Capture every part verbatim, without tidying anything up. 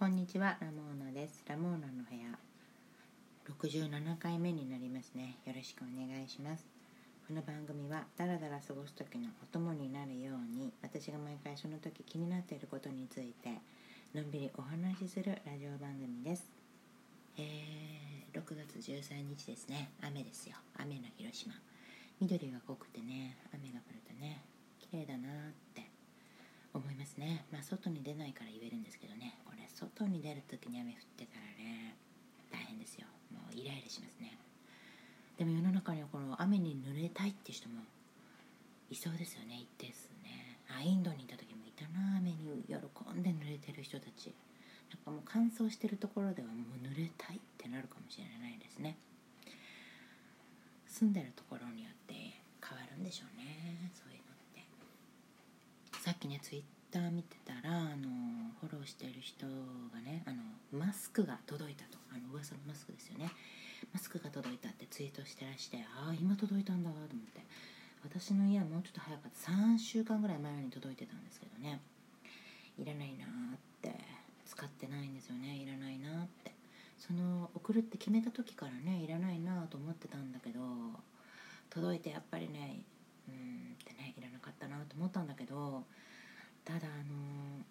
こんにちは、ラモーナです。ラモーナの部屋ろくじゅうななかいめになりますね。よろしくお願いします。この番組はだらだら過ごす時のお供になるように、私が毎回その時気になっていることについてのんびりお話しするラジオ番組です。えー、ろくがつじゅうさんにちですね。雨ですよ。雨の広島。緑が濃くてね、雨が降るとね、綺麗だなって思いますね。まあ外に出ないから言えるんですけどね、これ外に出るときに雨降ってたらね、大変ですよ。もうイライラしますね。でも世の中にはこの雨に濡れたいっていう人もいそうですよね、一定数ね。あ、インドにいた時もいたな、雨に喜んで濡れてる人たち。なんかもう乾燥してるところではもう濡れたいってなるかもしれないですね。住んでるところによって変わるんでしょうね、そういうのって。さっきねツイッター見てたら、あのフォローしている人がね、あのマスクが届いたと、あの噂のマスクですよね、マスクが届いたってツイートしてらして、ああ今届いたんだと思って、私の家はもうちょっと早かった、さんしゅうかんぐらい前に届いてたんですけどね、いらないなーって、使ってないんですよね、いらないなーって、その送るって決めた時からね、いらないなと思ってたんだけど、届いてやっぱりね、うーんってね、いらなかったなと思ったんだけど、ただあの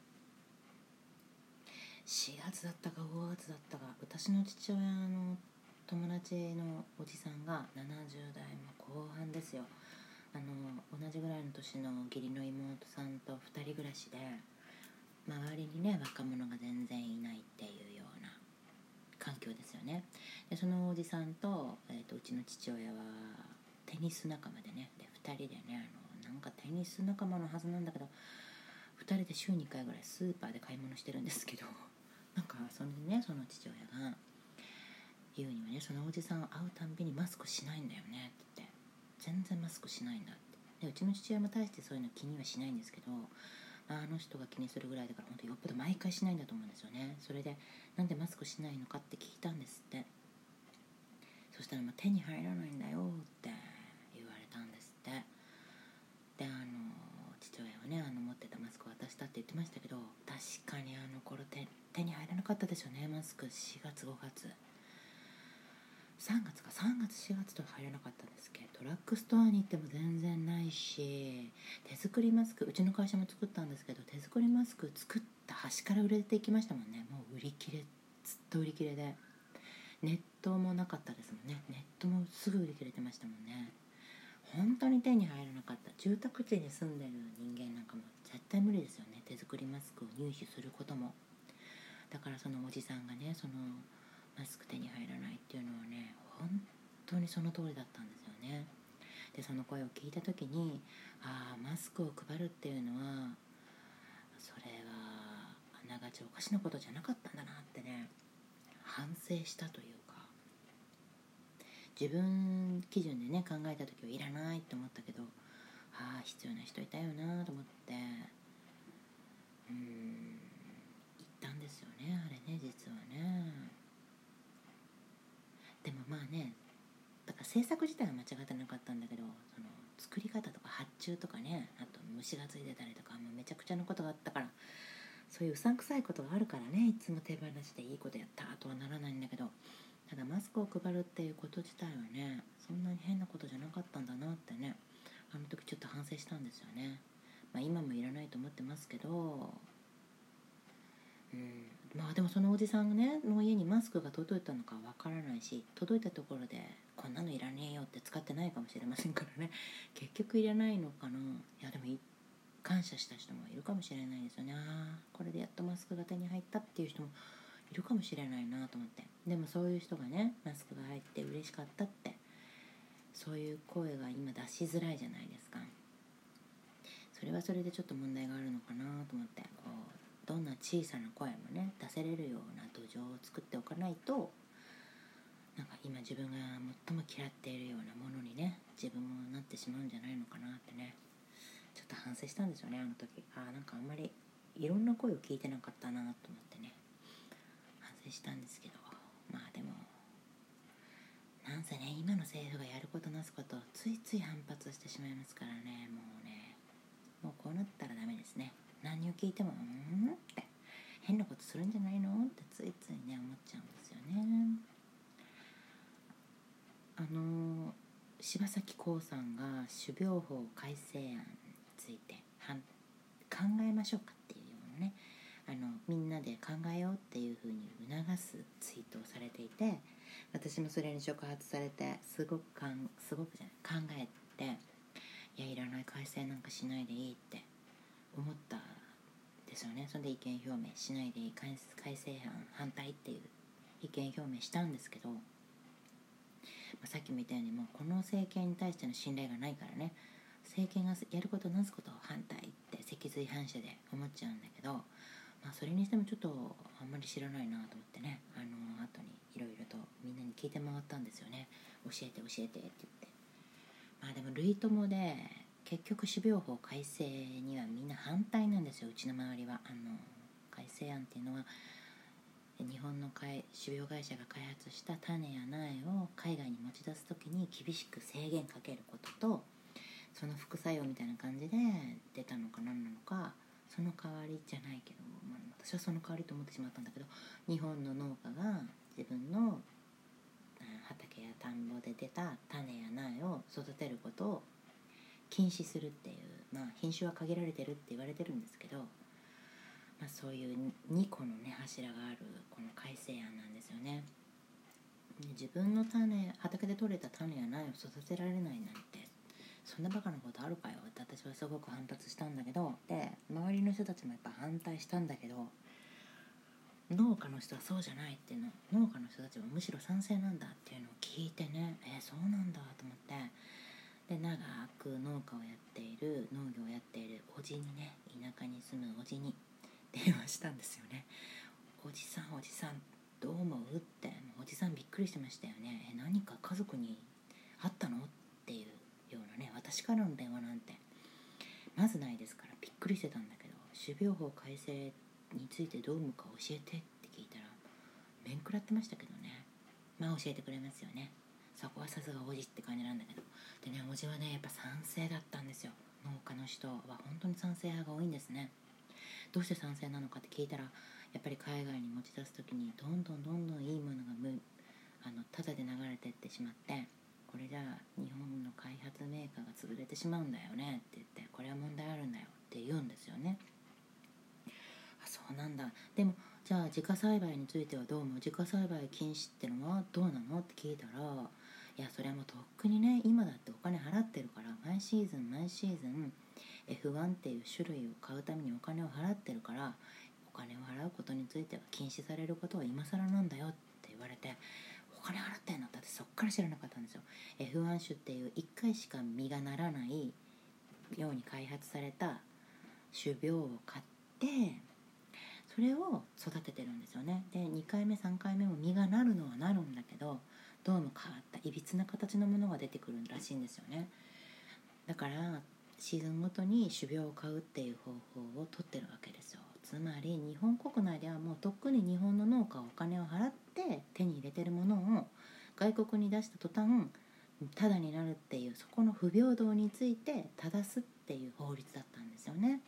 しがつだったかごがつだったか、私の父親の友達のおじさんがななじゅうだいも後半ですよ。あの同じぐらいの年の義理の妹さんとふたり暮らしで、周りにね若者が全然いないっていうような環境ですよね。でそのおじさんと、えーと、うちの父親はテニス仲間でね、でふたりでね、あのなんかテニス仲間のはずなんだけど、ふたりで週にかいぐらいスーパーで買い物してるんですけど、なんかそれでね、その父親が言うにはね、そのおじさん会うたんびにマスクしないんだよねって言って、全然マスクしないんだって。でうちの父親も大してそういうの気にはしないんですけど、あの人が気にするぐらいだから本当よっぽど毎回しないんだと思うんですよね。それでなんでマスクしないのかって聞いたんですって。そしたら、まあ、手に入らないんだよって言われたんですって。であの父親はね、あの持ってたマスクを渡したって言ってましたけど、確かにあの頃手、手に入らなかったですよね、マスク。しがつごがつさんがつかさんがつしがつと入らなかったんですけど、ドラッグストアに行っても全然ないし、手作りマスク、うちの会社も作ったんですけど、手作りマスク作った端から売れていきましたもんね。もう売り切れ、ずっと売り切れで、ネットもなかったですもんね。ネットもすぐ売り切れてましたもんね。本当に手に入らなかった。住宅地に住んでる人間なんかも絶対無理ですよね、手作りマスクを入手することも。だからそのおじさんがね、そのマスク手に入らないっていうのはね、本当にその通りだったんですよね。でその声を聞いた時に、ああマスクを配るっていうのは、それはあながちおかしなことじゃなかったんだなってね、反省したというか、自分基準でね考えた時はいらないと思ったけど、ああ必要な人いたよなと思って、うーん言ったんですよね、あれね、実はね。でもまあね、だから制作自体は間違ってなかったんだけど、その作り方とか発注とかね、あと虫がついてたりとか、もうめちゃくちゃなことがあったから、そういううさんくさいことがあるからね、いつも手放しでいいことやったとはならないんだけど、ただマスクを配るっていうこと自体はね、そんなに変なことじゃなかったんだなってね、あの時ちょっと反省したんですよね。まあ今もいらないと思ってますけど、うん、まあでもそのおじさんねの家にマスクが届いたのかわからないし、届いたところでこんなのいらねえよって使ってないかもしれませんからね、結局いらないのかな。いやでも感謝した人もいるかもしれないですよね。ああこれでやっとマスクが手に入ったっていう人もいるかもしれないなと思って。でもそういう人がね、マスクが入って嬉しかったって、そういう声が今出しづらいじゃないですか。それはそれでちょっと問題があるのかなと思って、こうどんな小さな声もね出せれるような土壌を作っておかないと、なんか今自分が最も嫌っているようなものにね、自分もなってしまうんじゃないのかなってね、ちょっと反省したんですよね、あの時。ああなんかあんまりいろんな声を聞いてなかったなと思ってね、反省したんですけど、まあでもなんせね、今の政府がやることなすことをついつい反発してしまいますからね、もうね、もうこうなったらダメですね。何を聞いてもうーんって変なことするんじゃないのってついついね思っちゃうんですよね。あの柴咲コウさんが種苗法改正案について考えましょうかっていうようなね、あのみんなで考えようっていう風に促すツイートをされていて、私もそれに触発されてすごくかんすごくじゃない考えて、いやいらない改正なんかしないでいいって思ったんですよね。それで意見表明しないでいい、改正案反対っていう意見表明したんですけど、まあ、さっきも言ったようにもうこの政権に対しての信頼がないからね、政権がやることなすことを反対って脊髄反射で思っちゃうんだけど、まあ、それにしてもちょっとあんまり知らないなと思ってね、あの後にいろいろとみんなに聞いて回ったんですよね。教えて教えてって言って、まあでも類友で結局種苗法改正にはみんな反対なんですよ、うちの周りは。あの改正案っていうのは日本の種苗会社が開発した種や苗を海外に持ち出すときに厳しく制限かけることと、その副作用みたいな感じで出たのか何なのか、その代わりじゃないけど、まあ、私はその代わりと思ってしまったんだけど、日本の農家が自分の畑や田んぼで出た種や苗を育てることを禁止するっていう、まあ品種は限られてるって言われてるんですけど、まあ、そういうにこのね柱があるこの改正案なんですよね。自分の種畑で採れた種や苗を育てられないなんてそんなバカなことあるかよって私はすごく反発したんだけど、で周りの人たちもやっぱ反対したんだけど、農家の人はそうじゃないっていうの、農家の人たちはむしろ賛成なんだっていうのを聞いてね、えー、そうなんだと思って、で長く農家をやっている農業をやっているおじにね、田舎に住むおじに電話したんですよね。おじさんおじさんどう思うって、おじさんびっくりしてましたよね。え何か家族にあったのっていうようなね、私からの電話なんてまずないですからびっくりしてたんだけど、種苗法改正についてどう思うか教えてって聞いたら面食らってましたけどね。まあ教えてくれますよね。そこはさすがおじって感じなんだけど、でね、おじはねやっぱ賛成だったんですよ。農家の人は本当に賛成派が多いんですね。どうして賛成なのかって聞いたら、やっぱり海外に持ち出す時にどんどんどんどんいいものがむあのタダで流れてってしまって、これじゃあ日本の開発メーカーが潰れてしまうんだよねって言って、これは問題あるんだよって言うんですよね。あ、そうなんだ。でもじゃあ自家栽培についてはどうも、自家栽培禁止ってのはどうなのって聞いたら、いやそれはもうとっくにね、今だってお金払ってるから、毎シーズン毎シーズン エフワン っていう種類を買うためにお金を払ってるから、お金を払うことについては禁止されることは今更なんだよって言われて、お金払ってんのってそっから知らなかったんですよ。 エフワン 種っていういっかいしか実がならないように開発された種苗を買って、それを育ててるんですよね。でにかいめさんかいめも実がなるのはなるんだけど、どうも変わったいびつな形のものが出てくるらしいんですよね。だからシーズンごとに種苗を買うっていう方法を取ってるわけですよ。つまり日本国内ではもうとっくに日本の農家はお金を払って手に入れてるものを外国に出した途端タダになるっていう、そこの不平等について正すっていう法律だったんですよね。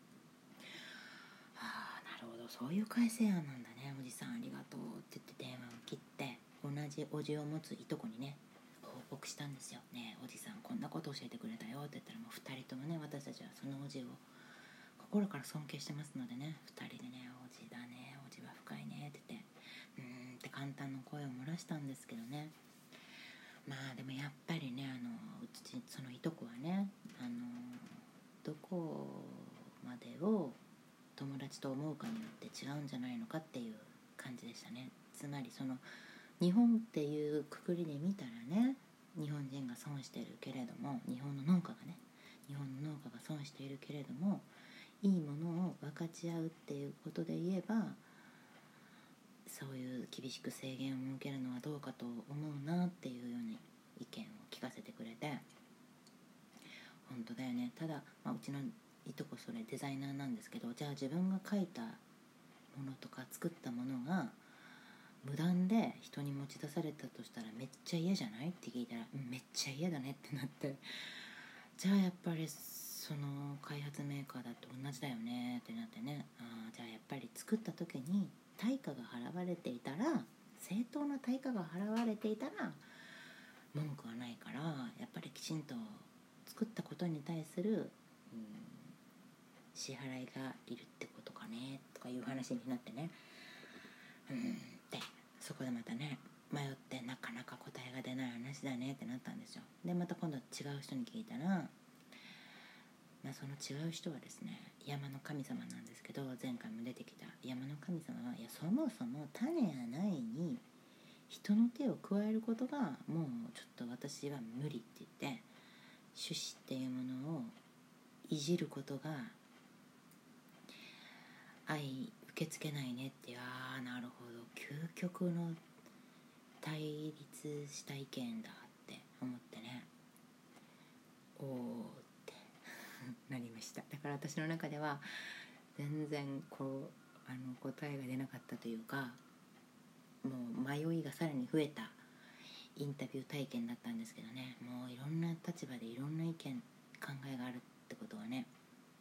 ああ、なるほど、そういう改正案なんだね。おじさんありがとうって言って電話を切って、同じおじを持ついとこにね報告したんですよ。ねえおじさんこんなこと教えてくれたよって言ったら、もうふたりともね、私たちはそのおじを心から尊敬してますのでね、ふたりでね、おじだね、おじは深いねって言って、うーんって簡単な声を漏らしたんですけどね。まあでもやっぱりね、あのうちそのいとこはね、あのどこまでを友達と思うかによって違うんじゃないのかっていう感じでしたね。つまりその日本っていうくくりで見たらね、日本人が損しているけれども、日本の農家がね日本の農家が損しているけれども、いいものを分かち合うっていうことで言えば、そういう厳しく制限を設けるのはどうかと思うなっていうような意見を聞かせてくれて、本当だよね。ただ、まあ、うちのいとこそれデザイナーなんですけど、じゃあ自分が描いたものとか作ったものが無断で人に持ち出されたとしたらめっちゃ嫌じゃないって聞いたら、うん、めっちゃ嫌だねってなって、じゃあやっぱりその開発メーカーだと同じだよねってなってね、あじゃあやっぱり作った時に対価が払われていたら、正当な対価が払われていたら文句はないから、やっぱりきちんと作ったことに対する、うん、支払いがいるってことかねとかいう話になってね、うん、でそこでまたね迷ってなかなか答えが出ない話だねってなったんですよ。でまた今度違う人に聞いたら、まあ、その違う人はですね、山の神様なんですけど、前回も出てきた山の神様は、いやそもそも種や苗に人の手を加えることがもうちょっと私は無理って言って、種子っていうものをいじることが愛受け付けないねって、ああなるほど、究極の対立した意見だって思ってね、おーってなりました。だから私の中では全然こうあの答えが出なかったというか、もう迷いがさらに増えたインタビュー体験だったんですけどね、もういろんな立場でいろんな意見考えがあるってことはね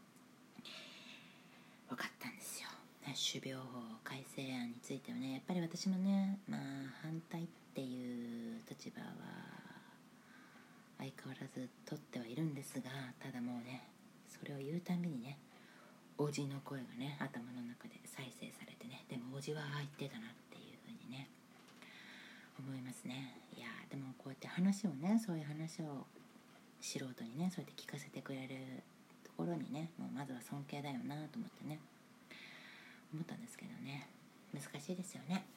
分かったんですよ。種苗法改正案についてはね、やっぱり私もね、まあ反対っていう立場は相変わらず取ってはいるんですが、ただもうねそれを言うたびにね、おじの声がね頭の中で再生されてね、でもおじはああ言ってたなっていうふうにね思いますね。いやでもこうやって話をね、そういう話を素人にねそうやって聞かせてくれるところにね、もうまずは尊敬だよなと思ってね思ったんですけどね、難しいですよね。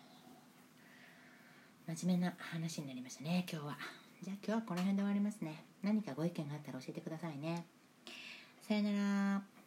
真面目な話になりましたね今日は。じゃあ今日はこの辺で終わりますね。何かご意見があったら教えてくださいね。さよなら。